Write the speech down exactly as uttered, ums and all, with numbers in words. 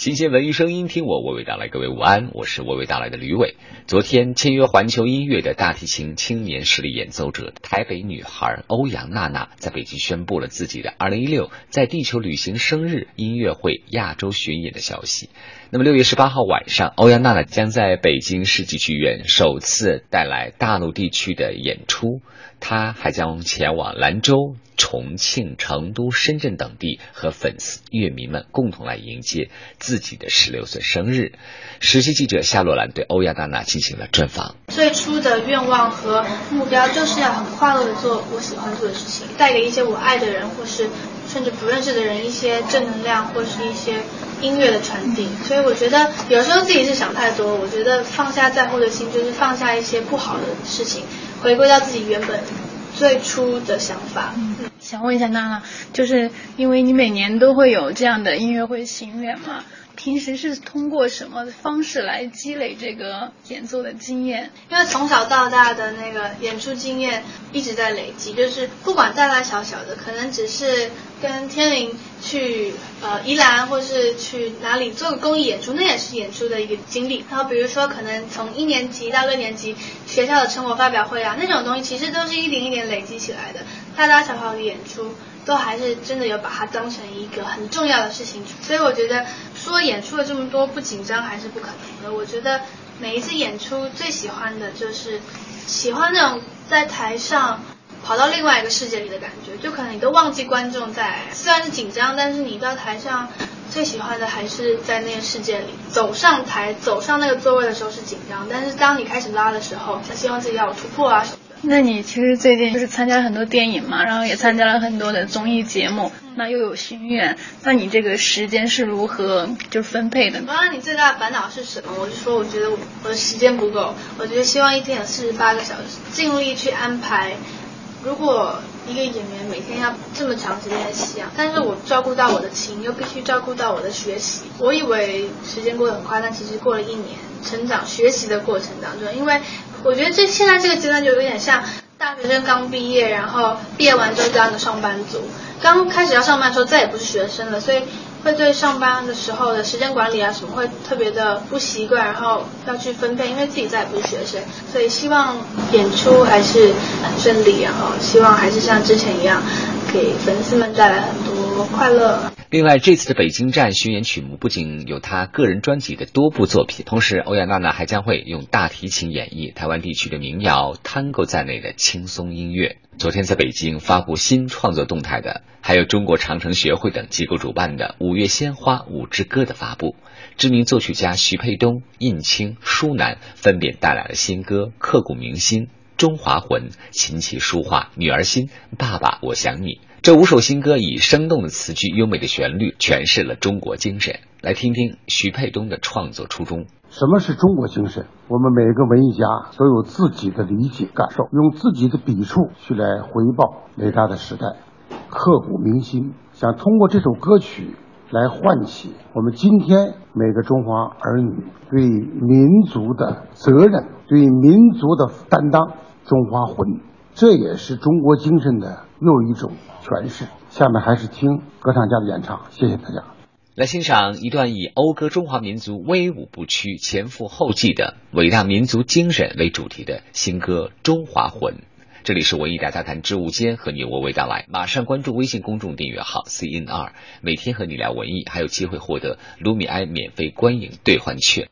新鲜文艺声音，听我娓娓道来。各位午安，我是娓娓道来的吕伟。昨天签约环球音乐的大提琴青年实力演奏者台北女孩欧阳娜娜在北京宣布了自己的二零一六在地球旅行生日音乐会亚洲巡演的消息。那么六月十八号晚上，欧阳娜娜将在北京世纪剧院首次带来大陆地区的演出，她还将前往兰州、重庆、成都、深圳等地和粉丝乐迷们共同来迎接自己的十六岁生日。实习记者夏洛兰对欧阳娜娜进行了专访。 最初的愿望和目标就是要很快乐的做我喜欢做的事情，带给一些我爱的人或是甚至不认识的人一些正能量或是一些音乐的传递。所以我觉得有时候自己是想太多，我觉得放下在乎的心就是放下一些不好的事情，回归到自己原本最初的想法。 嗯，想问一下娜娜，就是因为你每年都会有这样的音乐会巡演嘛，平时是通过什么方式来积累这个演奏的经验？ 因为从小到大的那个演出经验一直在累积，就是不管大大小小的，可能只是跟天灵去呃宜兰或是去哪里做个公益演出，那也是演出的一个经历。然后比如说可能从一年级到六年级学校的成果发表会啊，那种东西其实都是一点一点累积起来的，大大小小的演出都还是真的有把它当成一个很重要的事情。所以我觉得说演出了这么多不紧张还是不可能的。我觉得每一次演出最喜欢的就是喜欢那种在台上跑到另外一个世界里的感觉，就可能你都忘记观众在，虽然是紧张，但是你到台上最喜欢的还是在那个世界里。走上台走上那个座位的时候是紧张，但是当你开始拉的时候，希望自己要有突破啊什么的。 那你其实最近就是参加了很多电影嘛，然后也参加了很多的综艺节目，那又有巡演，那你这个时间是如何就分配的呢？ 当然你最大的烦恼是什么？我就说我觉得我的时间不够，我觉得希望一天有四十八个小时，尽力去安排。如果一个演员每天要这么长时间的戏啊，但是我照顾到我的琴，又必须照顾到我的学习。我以为时间过得很快，但其实过了一年，成长学习的过程当中，因为我觉得这现在这个阶段就有点像大学生刚毕业，然后毕业完之后当个上班族，刚开始要上班的时候再也不是学生了，所以会对上班的时候的时间管理啊什么会特别的不习惯，然后要去分配，因为自己再也不是学生，所以希望演出还是很顺利，然后希望还是像之前一样给粉丝们带来很多快乐。 另外，这次的北京站巡演曲目不仅有他个人专辑的多部作品，同时欧阳娜娜还将会用大提琴演绎台湾地区的民谣、Tango 在内的轻松音乐。昨天在北京发布新创作动态的，还有中国长城学会等机构主办的五月鲜花舞之歌的发布。知名作曲家徐沛东、印青、舒楠分别带来了新歌《刻骨铭心》、中华魂、琴棋书画、女儿心、爸爸我想你。这五首新歌以生动的词句、优美的旋律诠释了中国精神。来听听徐沛东的创作初衷。 什么是中国精神？我们每个文艺家都有自己的理解感受，用自己的笔触去来回报伟大的时代，刻骨铭心。想通过这首歌曲来唤起我们今天每个中华儿女对民族的责任，对民族的担当，中华魂，这也是中国精神的又一种诠释。下面还是听歌唱家的演唱，谢谢大家。 来欣赏一段以讴歌中华民族威武不屈、前赴后继的伟大民族精神为主题的新歌《中华魂》。这里是文艺大家谈之午间，和你娓娓道来。马上关注微信公众订阅号 C N R， 每天和你聊文艺，还有机会获得卢米埃免费观影兑换券。